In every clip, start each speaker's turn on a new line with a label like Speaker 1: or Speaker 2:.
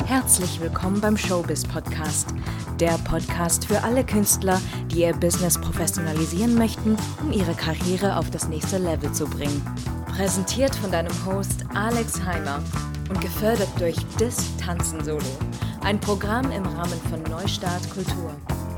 Speaker 1: Herzlich willkommen beim Showbiz Podcast. Der Podcast für alle Künstler, die ihr Business professionalisieren möchten, um ihre Karriere auf das nächste Level zu bringen. Präsentiert von deinem Host Alex Heimer und gefördert durch DIS Tanzen Solo. Ein Programm im Rahmen von Neustart Kultur.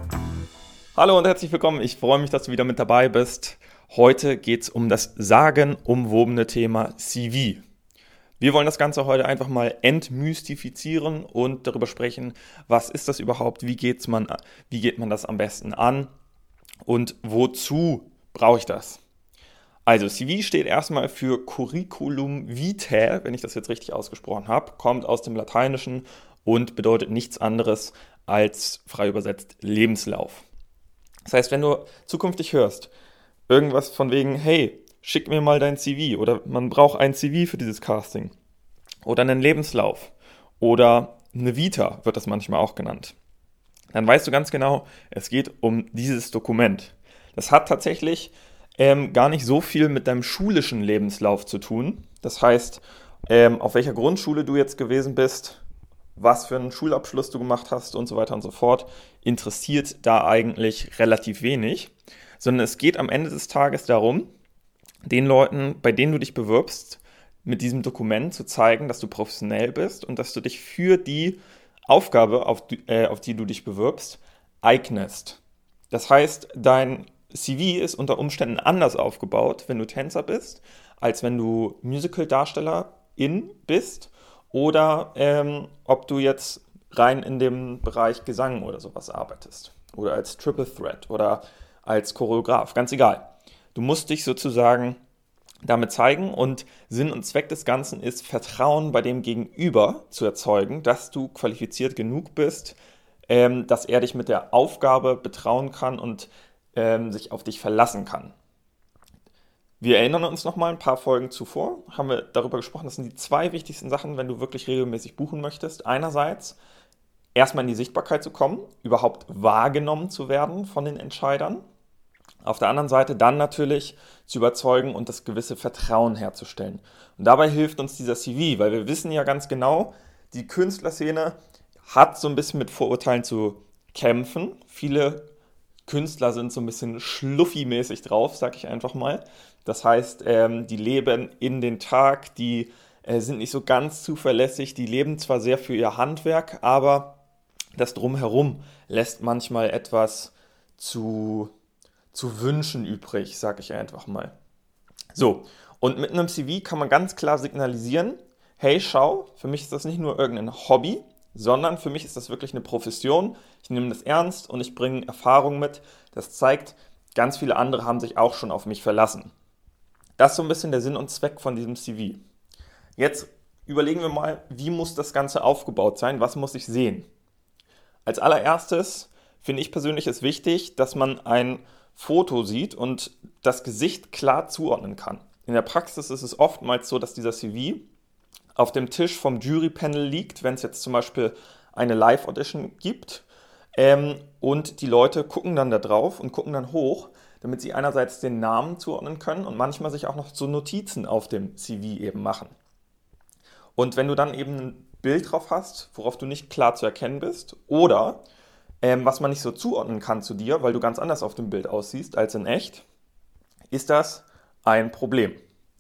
Speaker 2: Hallo und herzlich willkommen. Ich freue mich, dass du wieder mit dabei bist. Heute geht es um das sagenumwobene Thema CV. Wir wollen das Ganze heute einfach mal entmystifizieren und darüber sprechen, was ist das überhaupt, wie geht man das am besten an und wozu brauche ich das? Also CV steht erstmal für Curriculum Vitae, wenn ich das jetzt richtig ausgesprochen habe, kommt aus dem Lateinischen und bedeutet nichts anderes als frei übersetzt Lebenslauf. Das heißt, wenn du zukünftig hörst, irgendwas von wegen, hey, schick mir mal dein CV oder man braucht ein CV für dieses Casting oder einen Lebenslauf oder eine Vita, wird das manchmal auch genannt. Dann weißt du ganz genau, es geht um dieses Dokument. Das hat tatsächlich gar nicht so viel mit deinem schulischen Lebenslauf zu tun. Das heißt, auf welcher Grundschule du jetzt gewesen bist, was für einen Schulabschluss du gemacht hast und so weiter und so fort, interessiert da eigentlich relativ wenig, sondern es geht am Ende des Tages darum, den Leuten, bei denen du dich bewirbst, mit diesem Dokument zu zeigen, dass du professionell bist und dass du dich für die Aufgabe, auf die du dich bewirbst, eignest. Das heißt, dein CV ist unter Umständen anders aufgebaut, wenn du Tänzer bist, als wenn du Musical-Darstellerin bist oder ob du jetzt rein in dem Bereich Gesang oder sowas arbeitest oder als Triple Threat oder als Choreograf, ganz egal. Du musst dich sozusagen damit zeigen und Sinn und Zweck des Ganzen ist, Vertrauen bei dem Gegenüber zu erzeugen, dass du qualifiziert genug bist, dass er dich mit der Aufgabe betrauen kann und sich auf dich verlassen kann. Wir erinnern uns nochmal ein paar Folgen zuvor, haben wir darüber gesprochen, das sind die zwei wichtigsten Sachen, wenn du wirklich regelmäßig buchen möchtest. Einerseits erstmal in die Sichtbarkeit zu kommen, überhaupt wahrgenommen zu werden von den Entscheidern. Auf der anderen Seite dann natürlich zu überzeugen und das gewisse Vertrauen herzustellen. Und dabei hilft uns dieser CV, weil wir wissen ja ganz genau, die Künstlerszene hat so ein bisschen mit Vorurteilen zu kämpfen. Viele Künstler sind so ein bisschen schluffi-mäßig drauf, sag ich einfach mal. Das heißt, die leben in den Tag, die sind nicht so ganz zuverlässig, die leben zwar sehr für ihr Handwerk, aber das Drumherum lässt manchmal etwas zu wünschen übrig, sag ich einfach mal. So, und mit einem CV kann man ganz klar signalisieren, hey, schau, für mich ist das nicht nur irgendein Hobby, sondern für mich ist das wirklich eine Profession. Ich nehme das ernst und ich bringe Erfahrung mit. Das zeigt, ganz viele andere haben sich auch schon auf mich verlassen. Das ist so ein bisschen der Sinn und Zweck von diesem CV. Jetzt überlegen wir mal, wie muss das Ganze aufgebaut sein? Was muss ich sehen? Als allererstes finde ich persönlich es wichtig, dass man ein Foto sieht und das Gesicht klar zuordnen kann. In der Praxis ist es oftmals so, dass dieser CV auf dem Tisch vom Jurypanel liegt, wenn es jetzt zum Beispiel eine Live-Audition gibt und die Leute gucken dann da drauf und gucken dann hoch, damit sie einerseits den Namen zuordnen können und manchmal sich auch noch so Notizen auf dem CV eben machen. Und wenn du dann eben ein Bild drauf hast, worauf du nicht klar zu erkennen bist oder was man nicht so zuordnen kann zu dir, weil du ganz anders auf dem Bild aussiehst als in echt, ist das ein Problem.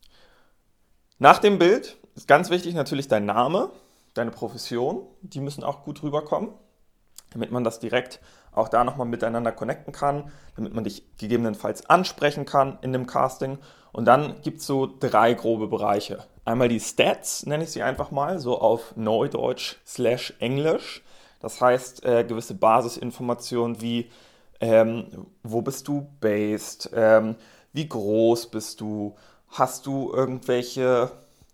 Speaker 2: Nach dem Bild ist ganz wichtig natürlich dein Name, deine Profession, die müssen auch gut rüberkommen, damit man das direkt auch da nochmal miteinander connecten kann, damit man dich gegebenenfalls ansprechen kann in dem Casting. Und dann gibt es so 3 grobe Bereiche. Einmal die Stats, nenne ich sie einfach mal, so auf Neudeutsch/Englisch. Das heißt, gewisse Basisinformationen wie, wo bist du based, wie groß bist du, hast du irgendwelche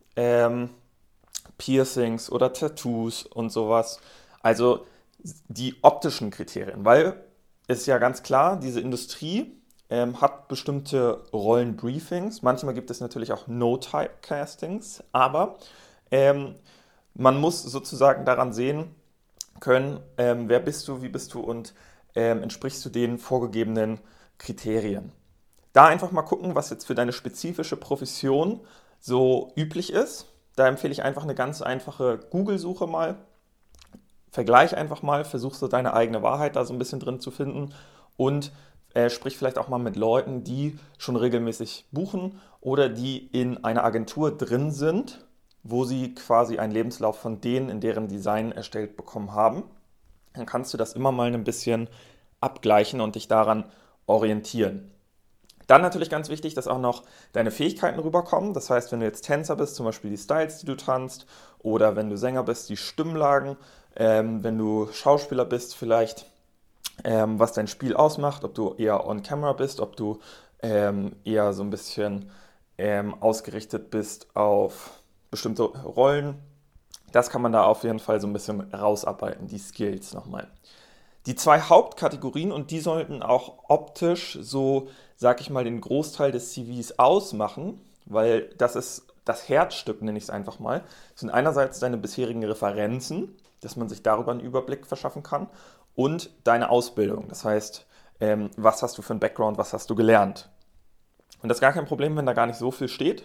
Speaker 2: Piercings oder Tattoos und sowas. Also die optischen Kriterien, weil es ist ja ganz klar, diese Industrie hat bestimmte Rollenbriefings. Manchmal gibt es natürlich auch No-Type-Castings, aber man muss sozusagen daran sehen können, wer bist du, wie bist du und entsprichst du den vorgegebenen Kriterien. Da einfach mal gucken, was jetzt für deine spezifische Profession so üblich ist. Da empfehle ich einfach eine ganz einfache Google-Suche mal Vergleich einfach mal, versuch so deine eigene Wahrheit da so ein bisschen drin zu finden und sprich vielleicht auch mal mit Leuten, die schon regelmäßig buchen oder die in einer Agentur drin sind, wo sie quasi einen Lebenslauf von denen in deren Design erstellt bekommen haben. Dann kannst du das immer mal ein bisschen abgleichen und dich daran orientieren. Dann natürlich ganz wichtig, dass auch noch deine Fähigkeiten rüberkommen. Das heißt, wenn du jetzt Tänzer bist, zum Beispiel die Styles, die du tanzt, oder wenn du Sänger bist, die Stimmlagen, wenn du Schauspieler bist, vielleicht was dein Spiel ausmacht, ob du eher on camera bist, ob du eher so ein bisschen ausgerichtet bist auf bestimmte Rollen. Das kann man da auf jeden Fall so ein bisschen rausarbeiten, die Skills nochmal. Die 2 Hauptkategorien, und die sollten auch optisch so, sag ich mal, den Großteil des CVs ausmachen, weil das ist das Herzstück, nenne ich es einfach mal, sind einerseits deine bisherigen Referenzen, dass man sich darüber einen Überblick verschaffen kann, und deine Ausbildung. Das heißt, was hast du für einen Background, was hast du gelernt? Und das ist gar kein Problem, wenn da gar nicht so viel steht.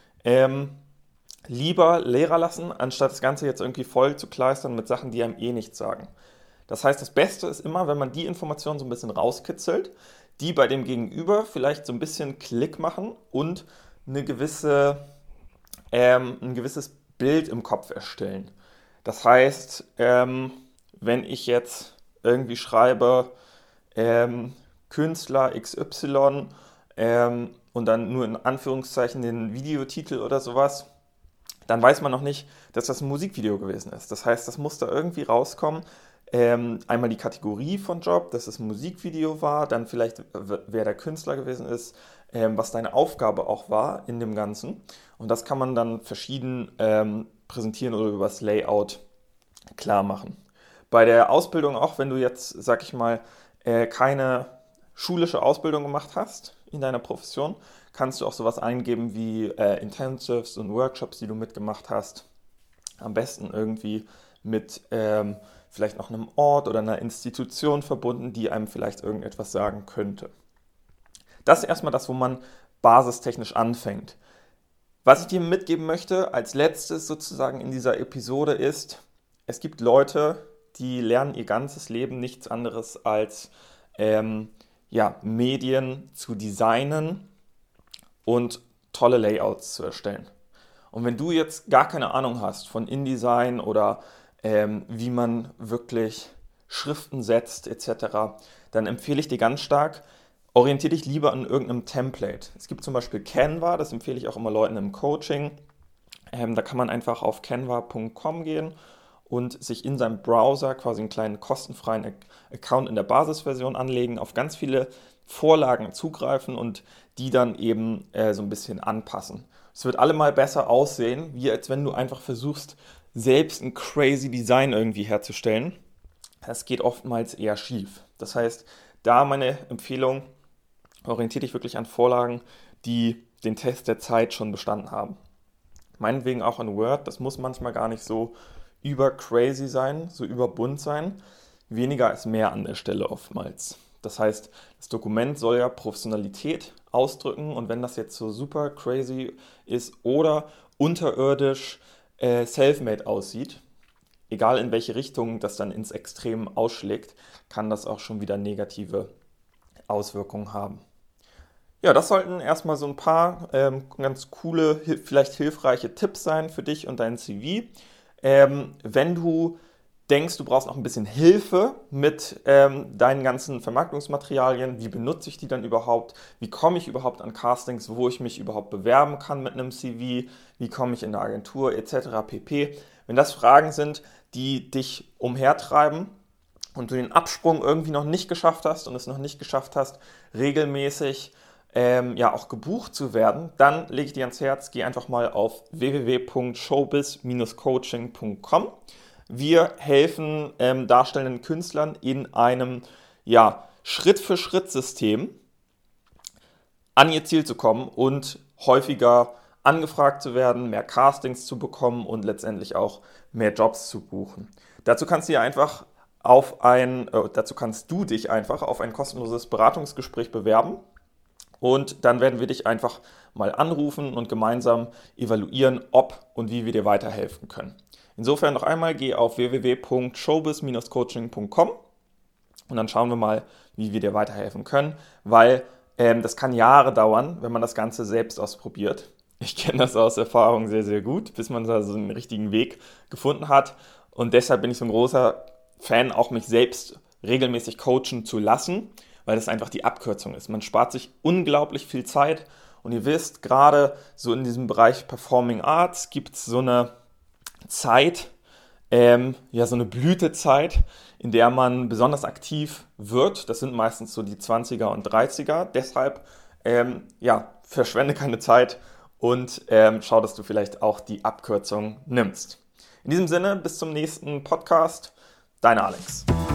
Speaker 2: Lieber leerer lassen, anstatt das Ganze jetzt irgendwie voll zu kleistern mit Sachen, die einem eh nichts sagen. Das heißt, das Beste ist immer, wenn man die Informationen so ein bisschen rauskitzelt, die bei dem Gegenüber vielleicht so ein bisschen Klick machen und ein gewisses Bild im Kopf erstellen. Das heißt, wenn ich jetzt irgendwie schreibe, Künstler XY und dann nur in Anführungszeichen den Videotitel oder sowas, dann weiß man noch nicht, dass das ein Musikvideo gewesen ist. Das heißt, das muss da irgendwie rauskommen. Einmal die Kategorie von Job, dass es ein Musikvideo war, dann vielleicht, wer der Künstler gewesen ist, was deine Aufgabe auch war in dem Ganzen. Und das kann man dann verschieden präsentieren oder über das Layout klar machen. Bei der Ausbildung auch, wenn du jetzt, sag ich mal, keine schulische Ausbildung gemacht hast in deiner Profession, kannst du auch sowas eingeben wie Intensives und Workshops, die du mitgemacht hast. Am besten irgendwie mit vielleicht noch einem Ort oder einer Institution verbunden, die einem vielleicht irgendetwas sagen könnte. Das ist erstmal das, wo man basistechnisch anfängt. Was ich dir mitgeben möchte als letztes sozusagen in dieser Episode ist, es gibt Leute, die lernen ihr ganzes Leben nichts anderes als Medien zu designen und tolle Layouts zu erstellen. Und wenn du jetzt gar keine Ahnung hast von InDesign oder wie man wirklich Schriften setzt etc., dann empfehle ich dir ganz stark, orientiere dich lieber an irgendeinem Template. Es gibt zum Beispiel Canva, das empfehle ich auch immer Leuten im Coaching. Da kann man einfach auf canva.com gehen und sich in seinem Browser quasi einen kleinen kostenfreien Account in der Basisversion anlegen, auf ganz viele Vorlagen zugreifen und die dann eben so ein bisschen anpassen. Es wird allemal besser aussehen, wie als wenn du einfach versuchst, selbst ein crazy Design irgendwie herzustellen. Das geht oftmals eher schief. Das heißt, da meine Empfehlung, orientiere dich wirklich an Vorlagen, die den Test der Zeit schon bestanden haben. Meinetwegen auch in Word, das muss manchmal gar nicht so über-crazy sein, so überbunt sein. Weniger ist mehr an der Stelle oftmals. Das heißt, das Dokument soll ja Professionalität ausdrücken und wenn das jetzt so super crazy ist oder unterirdisch self-made aussieht, egal in welche Richtung das dann ins Extrem ausschlägt, kann das auch schon wieder negative Auswirkungen haben. Ja, das sollten erstmal so ein paar ganz coole, vielleicht hilfreiche Tipps sein für dich und dein CV. Wenn du denkst, du brauchst noch ein bisschen Hilfe mit deinen ganzen Vermarktungsmaterialien, wie benutze ich die dann überhaupt, wie komme ich überhaupt an Castings, wo ich mich überhaupt bewerben kann mit einem CV, wie komme ich in eine Agentur etc. pp. Wenn das Fragen sind, die dich umhertreiben und du den Absprung irgendwie noch nicht geschafft hast und es noch nicht geschafft hast, regelmäßig auch gebucht zu werden, dann lege ich dir ans Herz, geh einfach mal auf www.showbiz-coaching.com. Wir helfen darstellenden Künstlern in einem Schritt-für-Schritt-System an ihr Ziel zu kommen und häufiger angefragt zu werden, mehr Castings zu bekommen und letztendlich auch mehr Jobs zu buchen. Dazu kannst du dich einfach auf ein kostenloses Beratungsgespräch bewerben. Und dann werden wir dich einfach mal anrufen und gemeinsam evaluieren, ob und wie wir dir weiterhelfen können. Insofern noch einmal, geh auf www.showbiz-coaching.com und dann schauen wir mal, wie wir dir weiterhelfen können, weil das kann Jahre dauern, wenn man das Ganze selbst ausprobiert. Ich kenne das aus Erfahrung sehr, sehr gut, bis man da so einen richtigen Weg gefunden hat. Und deshalb bin ich so ein großer Fan, auch mich selbst regelmäßig coachen zu lassen, weil das einfach die Abkürzung ist. Man spart sich unglaublich viel Zeit. Und ihr wisst, gerade so in diesem Bereich Performing Arts gibt es so eine Zeit, so eine Blütezeit, in der man besonders aktiv wird. Das sind meistens so die 20er und 30er. Deshalb, verschwende keine Zeit und schau, dass du vielleicht auch die Abkürzung nimmst. In diesem Sinne, bis zum nächsten Podcast. Dein Alex.